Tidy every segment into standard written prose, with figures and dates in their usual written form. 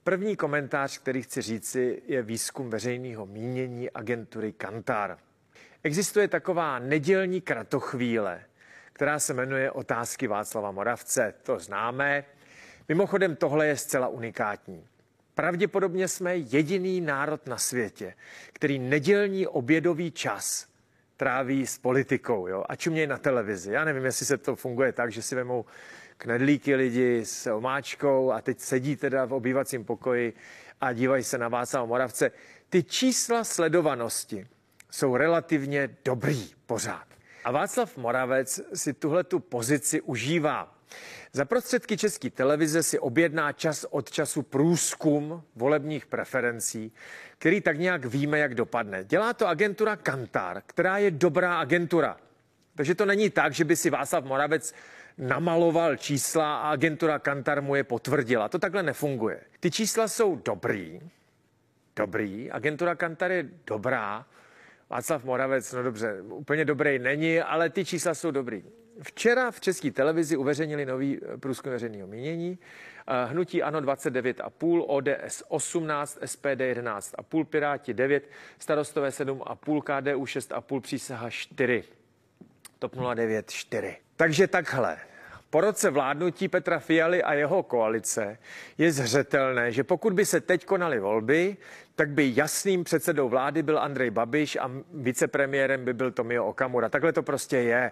První komentář, který chci říci, je výzkum veřejného mínění agentury Kantar. Existuje taková nedělní kratochvíle, která se jmenuje Otázky Václava Moravce. To známe. Mimochodem tohle je zcela unikátní. Pravděpodobně jsme jediný národ na světě, který nedělní obědový čas tráví s politikou, jo? A čumějí na televizi. Já nevím, jestli se to funguje tak, že si vemou knedlíky lidi s omáčkou a teď sedí teda v obývacím pokoji a dívají se na Václava Moravce. Ty čísla sledovanosti jsou relativně dobrý pořád. A Václav Moravec si tuhletu pozici užívá. Za prostředky České televize si objedná čas od času průzkum volebních preferencí, který tak nějak víme, jak dopadne. Dělá to agentura Kantar, která je dobrá agentura. Takže to není tak, že by si Václav Moravec namaloval čísla a agentura Kantar mu je potvrdila. To takhle nefunguje. Ty čísla jsou dobrý, agentura Kantar je dobrá, Václav Moravec, no dobře, úplně dobrý není, ale ty čísla jsou dobrý. Včera v České televizi uveřejnili nový průzkum veřejného mínění. Hnutí ANO 29,5, ODS 18, SPD 11,5, Piráti 9, Starostové 7,5, KDU 6,5, Přísaha 4, TOP 09 4. Takže takhle. Po roce vládnutí Petra Fialy a jeho koalice je zřetelné, že pokud by se teď konaly volby, tak by jasným předsedou vlády byl Andrej Babiš a vicepremiérem by byl Tomio Okamura. Takhle to prostě je.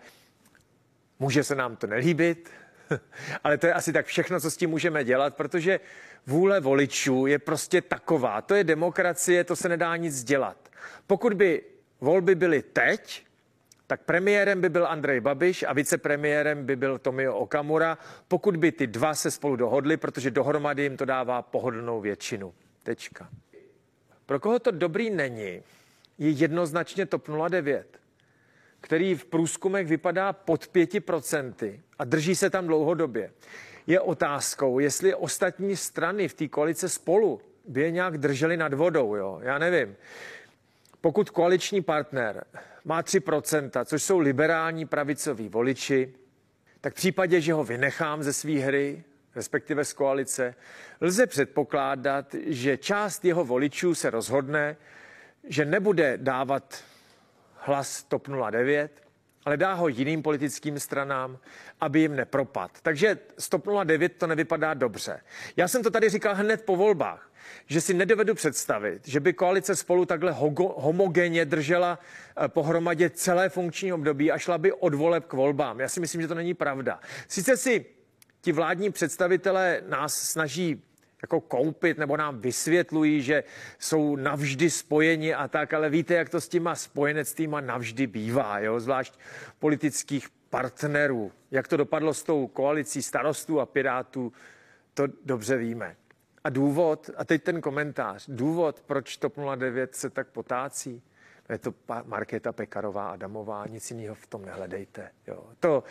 Může se nám to nelíbit, ale to je asi tak všechno, co s tím můžeme dělat, protože vůle voličů je prostě taková. To je demokracie, to se nedá nic dělat. Pokud by volby byly teď, tak premiérem by byl Andrej Babiš a vicepremiérem by byl Tomio Okamura, pokud by ty dva se spolu dohodli, protože dohromady jim to dává pohodlnou většinu. Tečka. Pro koho to dobrý není, je jednoznačně TOP 09, který v průzkumech vypadá pod 5% a drží se tam dlouhodobě. Je otázkou, jestli ostatní strany v té koalice Spolu by je nějak drželi nad vodou, jo? Já nevím. Pokud koaliční partner má 3%, což jsou liberální pravicoví voliči, tak v případě, že ho vynechám ze své hry, respektive z koalice, lze předpokládat, že část jeho voličů se rozhodne, že nebude dávat hlas TOP 09, ale dá ho jiným politickým stranám, aby jim nepropad. Takže z TOP 09 to nevypadá dobře. Já jsem to tady říkal hned po volbách, že si nedovedu představit, že by koalice Spolu takhle homogénně držela pohromadě celé funkční období a šla by od voleb k volbám. Já si myslím, že to není pravda. Sice si ti vládní představitelé nás snaží jako koupit nebo nám vysvětlují, že jsou navždy spojeni a tak, ale víte, jak to s těma spojenectvíma navždy bývá, jo? Zvlášť politických partnerů. Jak to dopadlo s tou koalicí Starostů a Pirátů, to dobře víme. A důvod, a teď ten komentář, důvod, proč TOP 09 se tak potácí, je to Markéta Pekarová Adamová, nic jiného v tom nehledejte. Jo?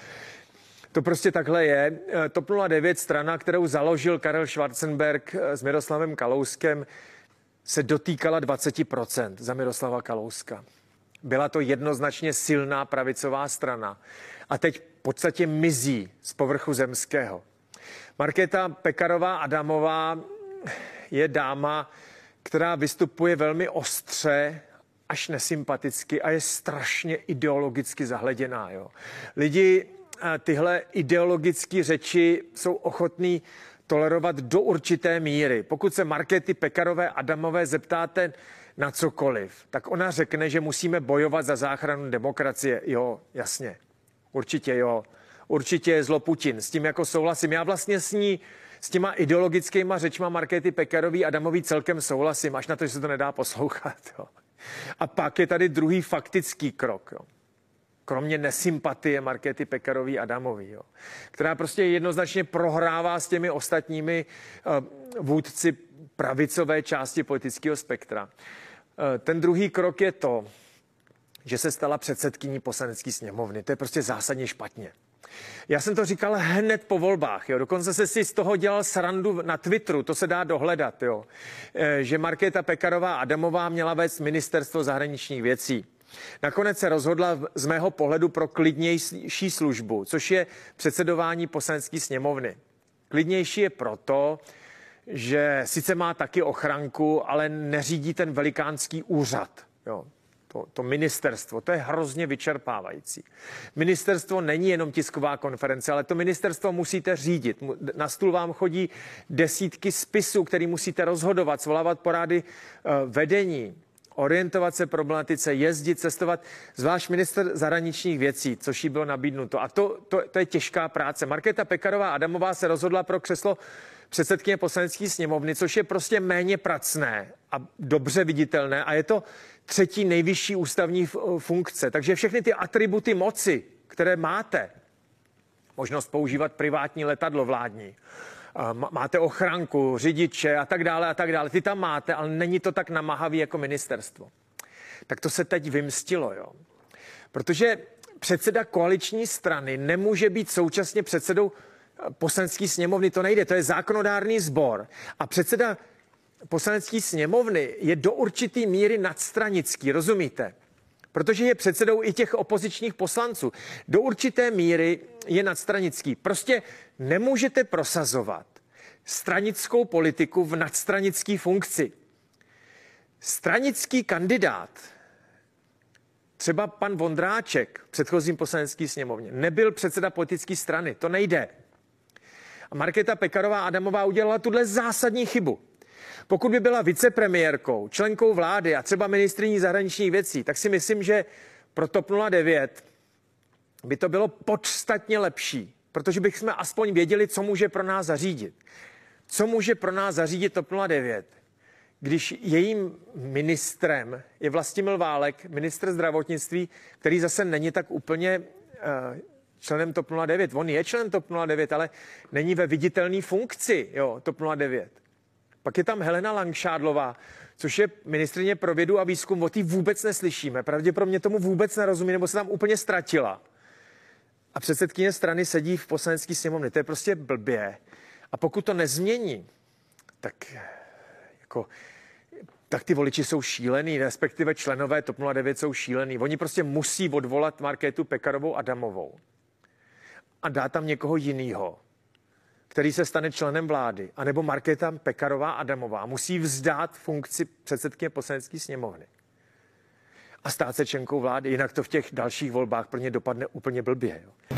To prostě takhle je. TOP 09, strana, kterou založil Karel Schwarzenberg s Miroslavem Kalouskem, se dotýkala 20% za Miroslava Kalouska. Byla to jednoznačně silná pravicová strana. A teď v podstatě mizí z povrchu zemského. Markéta Pekarová Adamová je dáma, která vystupuje velmi ostře, až nesympaticky a je strašně ideologicky zahleděná. Jo. Lidi tyhle ideologické řeči jsou ochotní tolerovat do určité míry. Pokud se Markéty Pekarové Adamové zeptáte na cokoliv, tak ona řekne, že musíme bojovat za záchranu demokracie. Jo, jasně. Určitě jo. Určitě je zlo Putin. S tím jako souhlasím. Já vlastně s těma ideologickýma řečma Markéty Pekarový Adamový celkem souhlasím, až na to, že se to nedá poslouchat. Jo. A pak je tady druhý faktický krok. Jo. Kromě nesympatie Markéty Pekarový Adamový, jo, která prostě jednoznačně prohrává s těmi ostatními vůdci pravicové části politického spektra. Ten druhý krok je to, že se stala předsedkyní Poslanecké sněmovny. To je prostě zásadně špatně. Já jsem to říkal hned po volbách, jo. Dokonce se si z toho dělal srandu na Twitteru, to se dá dohledat, jo. Že Markéta Pekarová Adamová měla vést ministerstvo zahraničních věcí. Nakonec se rozhodla z mého pohledu pro klidnější službu, což je předsedování Poslanecké sněmovny. Klidnější je proto, že sice má taky ochranku, ale neřídí ten velikánský úřad. Jo. To ministerstvo, to je hrozně vyčerpávající. Ministerstvo není jenom tisková konference, ale to ministerstvo musíte řídit. Na stůl vám chodí desítky spisů, který musíte rozhodovat, svolávat porády vedení, orientovat se problematice, jezdit, cestovat, zvlášť ministr zahraničních věcí, což jí bylo nabídnuto. A to je těžká práce. Markéta Pekarová Adamová se rozhodla pro křeslo předsedkyně Poslanecké sněmovny, což je prostě méně pracné a dobře viditelné a je to třetí nejvyšší ústavní funkce. Takže všechny ty atributy moci, které máte, možnost používat privátní letadlo vládní, máte ochranku, řidiče a tak dále, ty tam máte, ale není to tak namáhavý jako ministerstvo. Tak to se teď vymstilo, jo. Protože předseda koaliční strany nemůže být současně předsedou Poslanecké sněmovny, to nejde, to je zákonodárný sbor. A předseda Poslanecké sněmovny je do určitý míry nadstranický, rozumíte? Protože je předsedou i těch opozičních poslanců. Do určité míry je nadstranický. Prostě nemůžete prosazovat stranickou politiku v nadstranické funkci. Stranický kandidát, třeba pan Vondráček v předchozím Poslanecké sněmovně, nebyl předseda politické strany, to nejde. A Markéta Pekarová Adamová udělala tuhle zásadní chybu. Pokud by byla vicepremiérkou, členkou vlády a třeba ministryní zahraničních věcí, tak si myslím, že pro TOP 09 by to bylo podstatně lepší, protože bychom aspoň věděli, co může pro nás zařídit. Co může pro nás zařídit TOP 09, když jejím ministrem je Vlastimil Válek, ministr zdravotnictví, který zase není tak úplně členem TOP 09. On je člen TOP 09, ale není ve viditelné funkci, jo, TOP 09. Pak je tam Helena Langšádlová, což je ministryně pro vědu a výzkum, o té vůbec neslyšíme. Pravděpodobně tomu vůbec nerozumí, nebo se tam úplně ztratila. A předsedkyně strany sedí v Poslanecké sněmovně. To je prostě blbě. A pokud to nezmění, tak ty voliči jsou šílený, respektive členové TOP 09 jsou šílený. Oni prostě musí odvolat Markétu Pekarovou Adamovou a dát tam někoho jinýho, který se stane členem vlády, anebo Markéta Pekarová Adamová musí vzdát funkci předsedkyně Poslanecké sněmovny a stát se členkou vlády, jinak to v těch dalších volbách pro ně dopadne úplně blbě. Jo.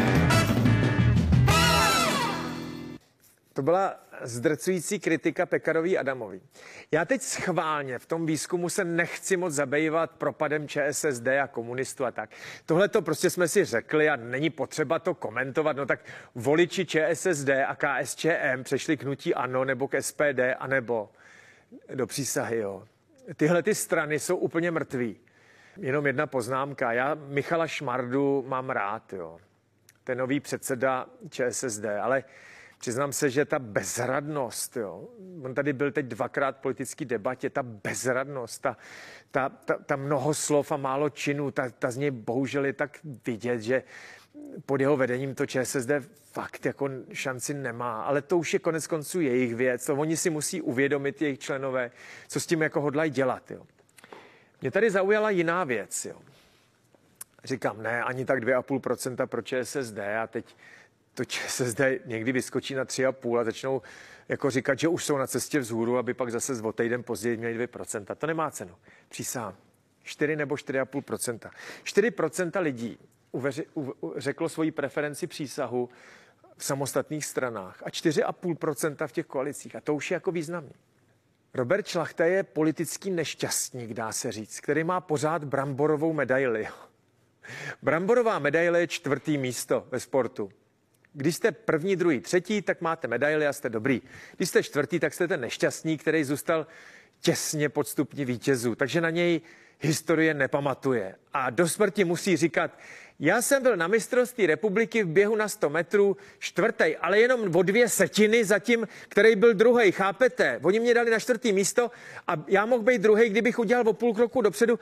To byla zdrcující kritika Pekarový Adamový. Já teď schválně v tom výzkumu se nechci moc zabývat propadem ČSSD a komunistů a tak. Tohle to prostě jsme si řekli a není potřeba to komentovat. No tak voliči ČSSD a KSČM přešli k hnutí ANO nebo k SPD anebo do přísahy. Jo. Tyhle ty strany jsou úplně mrtví. Jenom jedna poznámka. Já Michala Šmardu mám rád. Jo. To je nový předseda ČSSD, ale přiznám se, že ta bezradnost, jo, on tady byl teď dvakrát v politické debatě, ta bezradnost, ta mnoho slov a málo činů, ta z něj bohužel je tak vidět, že pod jeho vedením to ČSSD fakt jako šanci nemá, ale to už je konec konců jejich věc, to oni si musí uvědomit, jejich členové, co s tím jako hodlají dělat. Jo. Mě tady zaujala jiná věc. Jo. Říkám, ne, ani tak 2,5% pro ČSSD a teď to ČSSD někdy vyskočí na 3,5 a začnou jako říkat, že už jsou na cestě vzhůru, aby pak zase o týden později měli 2%. To nemá cenu. Přísahám. 4 nebo 4,5%. 4% lidí řeklo svoji preferenci přísahu v samostatných stranách a 4,5% v těch koalicích. A to už je jako významný. Robert Šlachta je politický nešťastník, dá se říct, který má pořád bramborovou medaili. Bramborová medaile je 4. místo ve sportu. Když jste 1., 2., 3., tak máte medaili a jste dobrý. Když jste 4., tak jste ten nešťastník, který zůstal těsně pod stupni vítězů. Takže na něj historie nepamatuje. A do smrti musí říkat, já jsem byl na mistrovství republiky v běhu na 100 metrů 4., ale jenom o 2 setiny za tím, který byl 2. Chápete? Oni mě dali na 4. místo a já mohl být 2., kdybych udělal o půl kroku dopředu.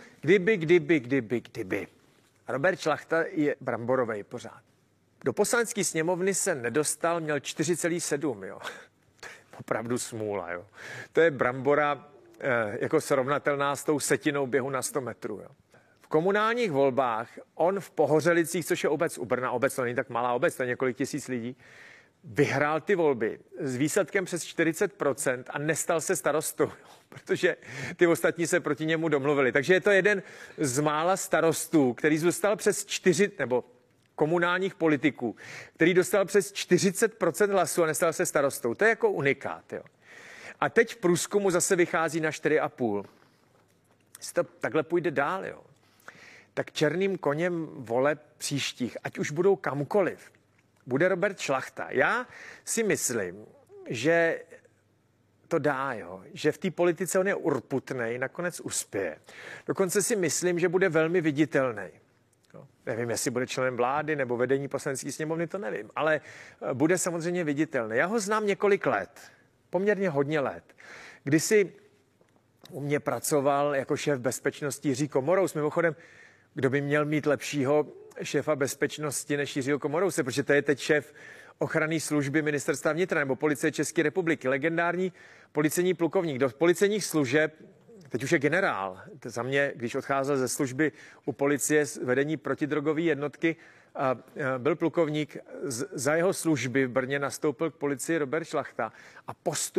Kdyby. Robert Šlachta je bramborovej pořád. Do Poslanecké sněmovny se nedostal, měl 4,7, jo. To je opravdu smůla, jo. To je brambora jako srovnatelná s tou setinou běhu na 100 metrů, jo. V komunálních volbách on v Pohořelicích, což je obec u Brna, obec to není tak malá obec, to je několik tisíc lidí, vyhrál ty volby s výsledkem přes 40% a nestal se starostou, protože ty ostatní se proti němu domluvili. Takže je to jeden z mála starostů, který zůstal přes nebo komunálních politiků, který dostal přes 40% hlasů a nestal se starostou. To je jako unikát. Jo. A teď v průzkumu zase vychází na 4,5. Jestli to takhle půjde dál, jo, tak černým koněm voleb příštích, ať už budou kamkoliv, bude Robert Šlachta. Já si myslím, že to dá, jo, že v té politice on je urputnej, nakonec uspěje. Dokonce si myslím, že bude velmi viditelný. No, nevím, jestli bude členem vlády nebo vedení poslanecké sněmovny, to nevím, ale bude samozřejmě viditelný. Já ho znám několik let, poměrně hodně let. Kdysi u mě pracoval jako šéf bezpečnosti Jiří Komorous. Mimochodem, kdo by měl mít lepšího šéfa bezpečnosti než Jiřího Komorouse, protože to je teď šéf ochranné služby Ministerstva vnitra nebo Policie České republiky, legendární policejní plukovník. Do policejních služeb, teď už je generál, to za mě, když odcházel ze služby u policie z vedení protidrogové jednotky, byl plukovník, za jeho služby v Brně nastoupil k policii Robert Šlachta a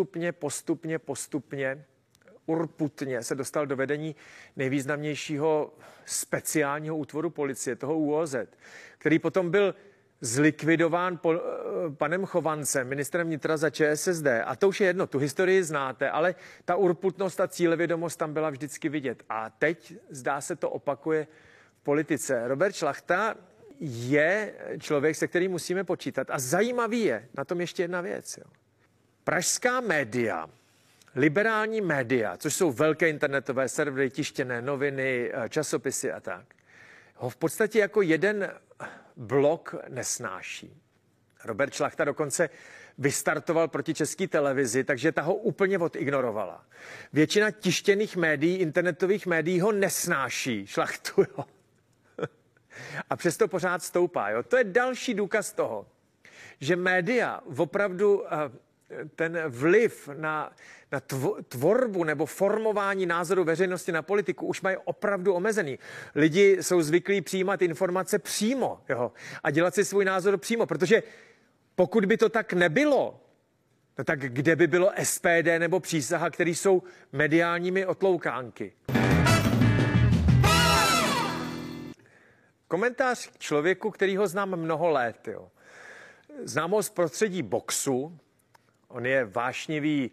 postupně urputně se dostal do vedení nejvýznamnějšího speciálního útvoru policie, toho ÚOZ, který potom byl zlikvidován panem Chovancem, ministrem vnitra za ČSSD. A to už je jedno, tu historii znáte, ale ta urputnost a cílevědomost tam byla vždycky vidět. A teď, zdá se, to opakuje v politice. Robert Šlachta je člověk, se kterým musíme počítat. A zajímavý je na tom ještě jedna věc. Jo. Pražská média, liberální média, což jsou velké internetové servery, tištěné noviny, časopisy a tak, ho v podstatě jako jeden blok nesnáší. Robert Šlachta dokonce vystartoval proti České televizi, takže ta ho úplně odignorovala. Většina tištěných médií, internetových médií ho nesnáší, Šlachtu, jo. A přesto pořád stoupá, jo. To je další důkaz toho, že média opravdu ten vliv na tvorbu nebo formování názoru veřejnosti na politiku už mají opravdu omezený. Lidi jsou zvyklí přijímat informace přímo, jo, a dělat si svůj názor přímo, protože pokud by to tak nebylo, no tak kde by bylo SPD nebo Přísaha, který jsou mediálními otloukánky. Komentář k člověku, kterýho znám mnoho let. Jo. Znám ho z prostředí boxu. On je vášnivý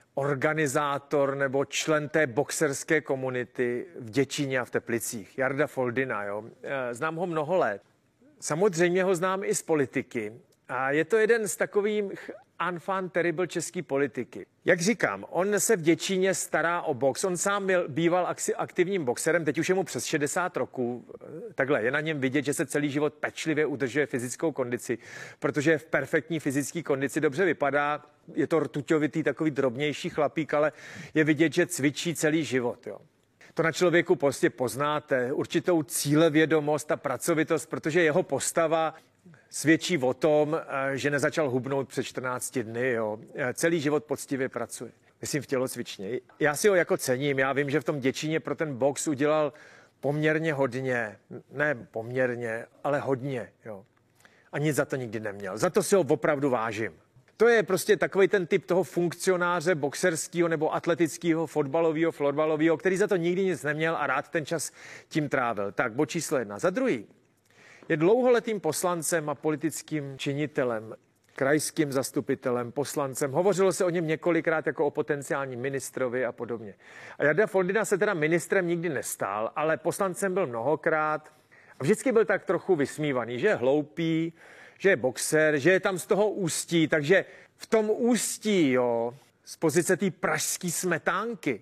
organizátor nebo člen té boxerské komunity v Děčíně a v Teplicích. Jarda Foldina, jo. Znám ho mnoho let. Samozřejmě ho znám i z politiky. A je to jeden z takových enfant terrible české politiky. Jak říkám, on se v Děčíně stará o box. On sám býval aktivním boxerem, teď už je mu přes 60 roků. Takhle, je na něm vidět, že se celý život pečlivě udržuje fyzickou kondici, protože je v perfektní fyzické kondici, dobře vypadá, je to rtuťovitý, takový drobnější chlapík, ale je vidět, že cvičí celý život. Jo. To na člověku prostě poznáte, určitou cílevědomost a pracovitost, protože jeho postava svědčí o tom, že nezačal hubnout před 14 dny. Jo. Celý život poctivě pracuje. Myslím v tělocvičně. Já si ho jako cením. Já vím, že v tom Děčíně pro ten box udělal poměrně hodně. Ne poměrně, ale hodně. Jo. A nic za to nikdy neměl. Za to si ho opravdu vážím. To je prostě takový ten typ toho funkcionáře boxerského nebo atletického, fotbalového, florbalového, který za to nikdy nic neměl a rád ten čas tím trávil. Tak, bod číslo 1. Za druhý. Je dlouholetým poslancem a politickým činitelem, krajským zastupitelem, poslancem. Hovořilo se o něm několikrát jako o potenciálním ministrovi a podobně. A Jarda Foldyna se teda ministrem nikdy nestal, ale poslancem byl mnohokrát. A vždycky byl tak trochu vysmívaný, že je hloupý, že je boxer, že je tam z toho Ústí. Takže v tom Ústí, jo, z pozice té pražské smetánky,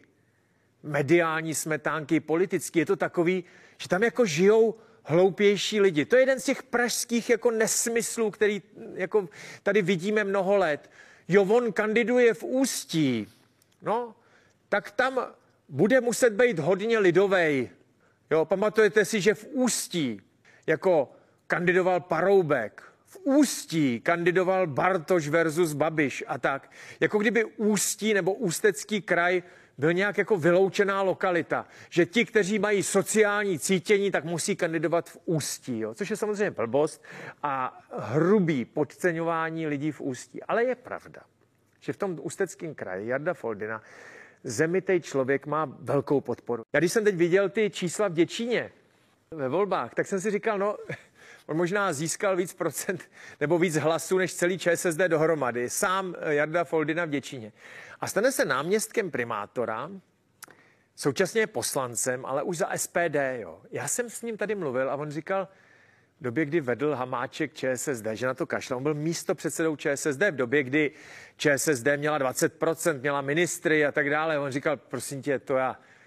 mediální smetánky, politický, je to takový, že tam jako žijou hloupější lidi. To je jeden z těch pražských jako nesmyslů, který jako tady vidíme mnoho let. Jo, on kandiduje v Ústí. No, tak tam bude muset být hodně lidovej. Jo, pamatujete si, že v Ústí jako kandidoval Paroubek. V Ústí kandidoval Bartoš versus Babiš a tak. Jako kdyby Ústí nebo Ústecký kraj byl nějak jako vyloučená lokalita, že ti, kteří mají sociální cítění, tak musí kandidovat v Ústí, jo? Což je samozřejmě blbost a hrubý podceňování lidí v Ústí. Ale je pravda, že v tom Ústeckém kraji Jarda Foldyna zemitej člověk má velkou podporu. Já když jsem teď viděl ty čísla v Děčíně ve volbách, tak jsem si říkal, no, on možná získal víc procent nebo víc hlasů než celý ČSSD dohromady. Sám Jarda Foldyna v Děčíně. A stane se náměstkem primátora, současně je poslancem, ale už za SPD. Jo. Já jsem s ním tady mluvil a on říkal, v době, kdy vedl Hamáček ČSSD, že na to kašle. On byl místopředsedou ČSSD v době, kdy ČSSD měla 20%, měla ministry a tak dále. On říkal, prosím tě, to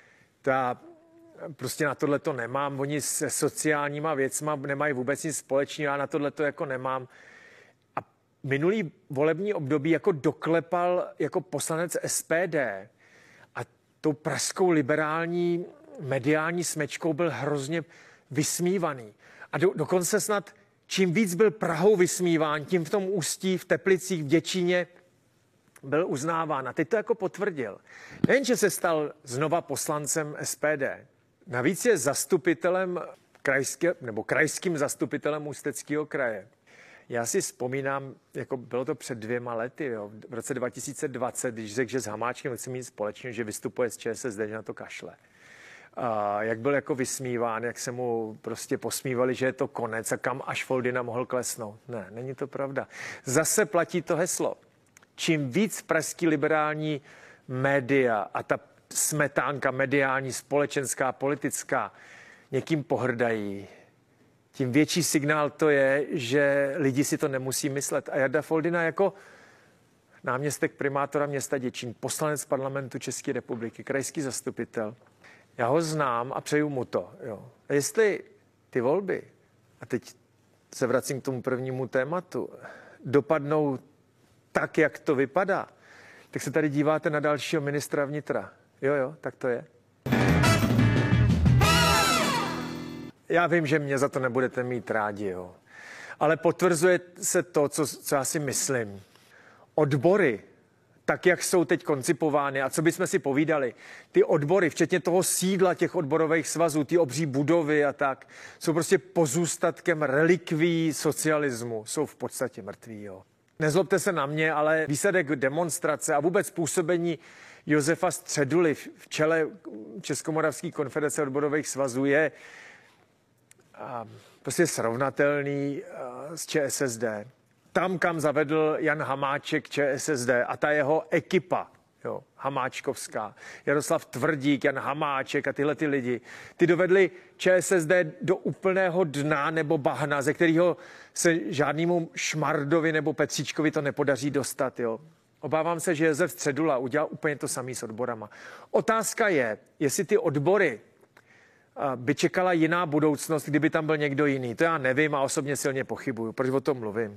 já prostě na tohle to nemám. Oni se sociálníma věcma nemají vůbec nic společného, já na tohle to jako nemám. A minulý volební období jako doklepal jako poslanec SPD a tou pražskou liberální mediální smečkou byl hrozně vysmívaný. A dokonce snad čím víc byl Prahou vysmíván, tím v tom Ústí, v Teplicích, v Děčíně byl uznáván. A teď to jako potvrdil. Nejen, že se stal znova poslancem SPD, navíc je zastupitelem krajským zastupitelem Ústeckého kraje. Já si vzpomínám, jako bylo to před 2 lety, jo, v roce 2020, když řekl, že s Hamáčkem chce mít společně, že vystupuje z ČSSD, že na to kašle. A jak byl jako vysmíván, jak se mu prostě posmívali, že je to konec a kam až Foldyna mohl klesnout. Ne, není to pravda. Zase platí to heslo. Čím víc pražský liberální média a ta smetánka mediální, společenská, politická někým pohrdají, tím větší signál to je, že lidi si to nemusí myslet. A Jarda Foldyna jako náměstek primátora města Děčín, poslanec parlamentu České republiky, krajský zastupitel, já ho znám a přeju mu to. Jo. A jestli ty volby, a teď se vracím k tomu prvnímu tématu, dopadnou tak, jak to vypadá, tak se tady díváte na dalšího ministra vnitra. Jo, tak to je. Já vím, že mě za to nebudete mít rádi, jo. Ale potvrzuje se to, co já si myslím. Odbory, tak jak jsou teď koncipovány a co bychom si povídali, ty odbory, včetně toho sídla těch odborových svazů, ty obří budovy a tak, jsou prostě pozůstatkem relikví socialismu, jsou v podstatě mrtví, jo. Nezlobte se na mě, ale výsledek demonstrace a vůbec působení Josefa Středuly v čele Českomoravské konfederace odborových svazů je prostě srovnatelný s ČSSD. Tam, kam zavedl Jan Hamáček ČSSD a ta jeho ekipa, jo, hamáčkovská, Jaroslav Tvrdík, Jan Hamáček a tyhle ty lidi, ty dovedli ČSSD do úplného dna nebo bahna, ze kterého se žádnému Šmardovi nebo Petříčkovi to nepodaří dostat. Jo. Obávám se, že Josef Středula udělal úplně to samý s odborama. Otázka je, jestli ty odbory by čekala jiná budoucnost, kdyby tam byl někdo jiný. To já nevím a osobně silně pochybuju. Proč o tom mluvím?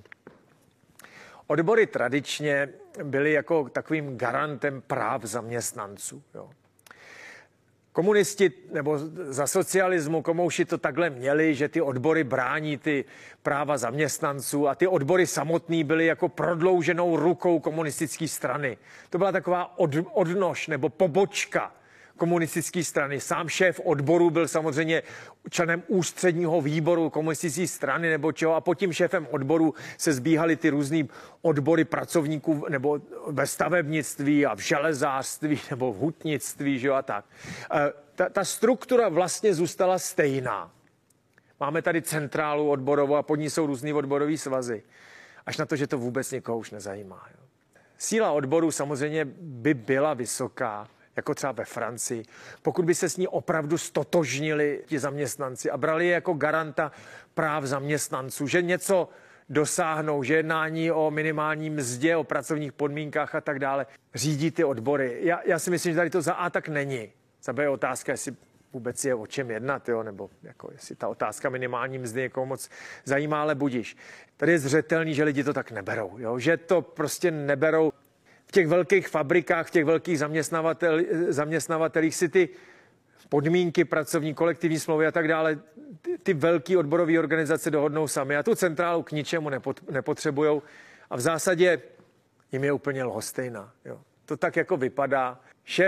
Odbory tradičně byly jako takovým garantem práv zaměstnanců. Jo. Komunisti nebo za socialismu komouši to takhle měli, že ty odbory brání ty práva zaměstnanců a ty odbory samotný byly jako prodlouženou rukou komunistické strany. To byla taková odnož nebo pobočka komunistické strany. Sám šéf odboru byl samozřejmě členem ústředního výboru komunistické strany nebo čeho a pod tím šéfem odboru se zbíhaly ty různý odbory pracovníků nebo ve stavebnictví a v železářství nebo v hutnictví, že jo, a tak. Ta struktura vlastně zůstala stejná. Máme tady centrálu odborovou a pod ní jsou různý odborový svazy. Až na to, že to vůbec někoho už nezajímá. Jo. Síla odboru samozřejmě by byla vysoká, jako třeba ve Francii, pokud by se s ní opravdu stotožnili ti zaměstnanci a brali je jako garanta práv zaměstnanců, že něco dosáhnou, že jednání o minimální mzdě, o pracovních podmínkách a tak dále řídí ty odbory. Já si myslím, že tady to za A tak není. Za B je otázka, jestli vůbec je o čem jednat, jo? Nebo jako jestli ta otázka minimální mzdy někoho moc zajímá, ale budiš. Tady je zřetelný, že lidi to tak neberou, jo? Že to prostě neberou. V těch velkých fabrikách, v těch velkých zaměstnavatelích si ty podmínky, pracovní, kolektivní smlouvy a tak dále, ty velké odborové organizace dohodnou sami a tu centrálu k ničemu nepotřebujou a v zásadě jim je úplně lhostejná. Jo. To tak jako vypadá. Šéf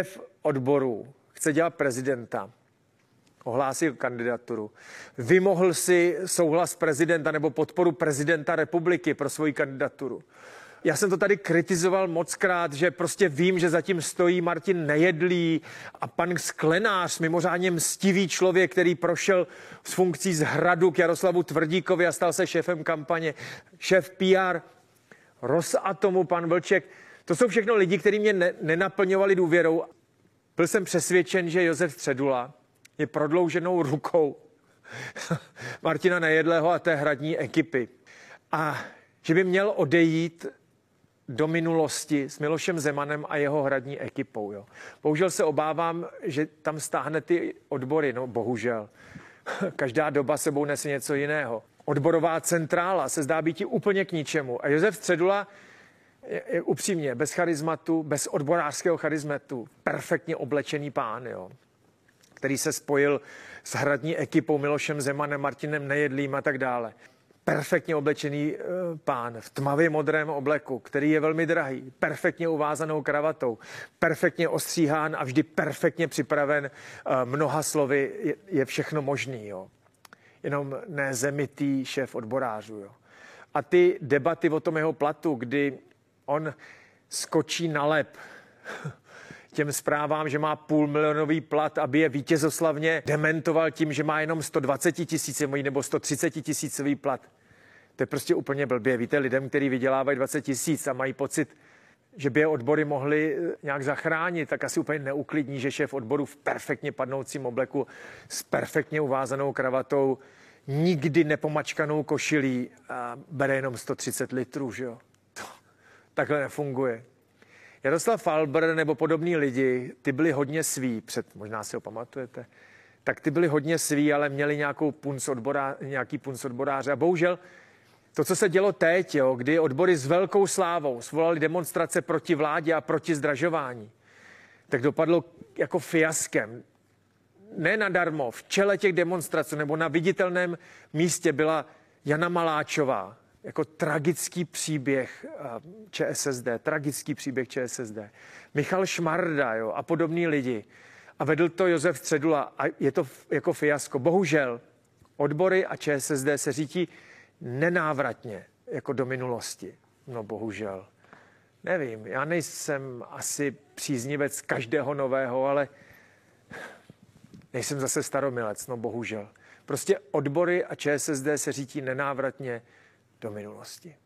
odborů chce dělat prezidenta, ohlásil kandidaturu, vymohl si souhlas prezidenta nebo podporu prezidenta republiky pro svoji kandidaturu. Já jsem to tady kritizoval mockrát, že prostě vím, že zatím stojí Martin Nejedlý a pan Sklenář, mimořádně mstivý člověk, který prošel z funkcí z Hradu k Jaroslavu Tvrdíkovi a stal se šéfem kampaně, šéf PR Rosatomu, pan Vlček. To jsou všechno lidi, kteří mě nenaplňovali důvěrou. Byl jsem přesvědčen, že Josef Středula je prodlouženou rukou Martina Nejedlého a té hradní ekipy. A že by měl odejít do minulosti s Milošem Zemanem a jeho hradní ekipou. Jo. Bohužel se obávám, že tam stáhne ty odbory. No bohužel. Každá doba sebou nese něco jiného. Odborová centrála se zdá být úplně k ničemu. A Josef Středula je upřímně bez charizmatu, bez odborářského charizmatu, perfektně oblečený pán, jo, který se spojil s hradní ekipou Milošem Zemanem, Martinem Nejedlým a tak dále. Perfektně oblečený pán v tmavě modrém obleku, který je velmi drahý, perfektně uvázanou kravatou, perfektně ostříhán a vždy perfektně připraven mnoha slovy, je všechno možný, jo. Jenom nezemitý šéf odborářů, jo. A ty debaty o tom jeho platu, kdy on skočí na lep těm zprávám, že má půlmilionový plat, aby je vítězoslavně dementoval tím, že má jenom 120 tisícový nebo 130 tisícový plat. To je prostě úplně blbě. Víte, lidem, kteří vydělávají 20 tisíc a mají pocit, že by je odbory mohly nějak zachránit, tak asi úplně neuklidní, že šéf odboru v perfektně padnoucím obleku s perfektně uvázanou kravatou, nikdy nepomačkanou košilí a bere jenom 130 litrů, že jo? To takhle nefunguje. Jaroslav Falber nebo podobní lidi, ty byli hodně sví, možná si ho pamatujete, tak ty byli hodně sví, ale měli nějaký punc odboráře. A bohužel to, co se dělo teď, jo, kdy odbory s velkou slávou svolali demonstrace proti vládě a proti zdražování, tak dopadlo jako fiaskem. Ne nadarmo, v čele těch demonstrací nebo na viditelném místě byla Jana Maláčová, jako tragický příběh ČSSD. Michal Šmarda, jo, a podobní lidi. A vedl to Josef Středula a je to jako fiasko. Bohužel odbory a ČSSD se řítí nenávratně jako do minulosti. No bohužel. Nevím, já nejsem asi příznivec každého nového, ale nejsem zase staromilec, no bohužel. Prostě odbory a ČSSD se řítí nenávratně do minulosti.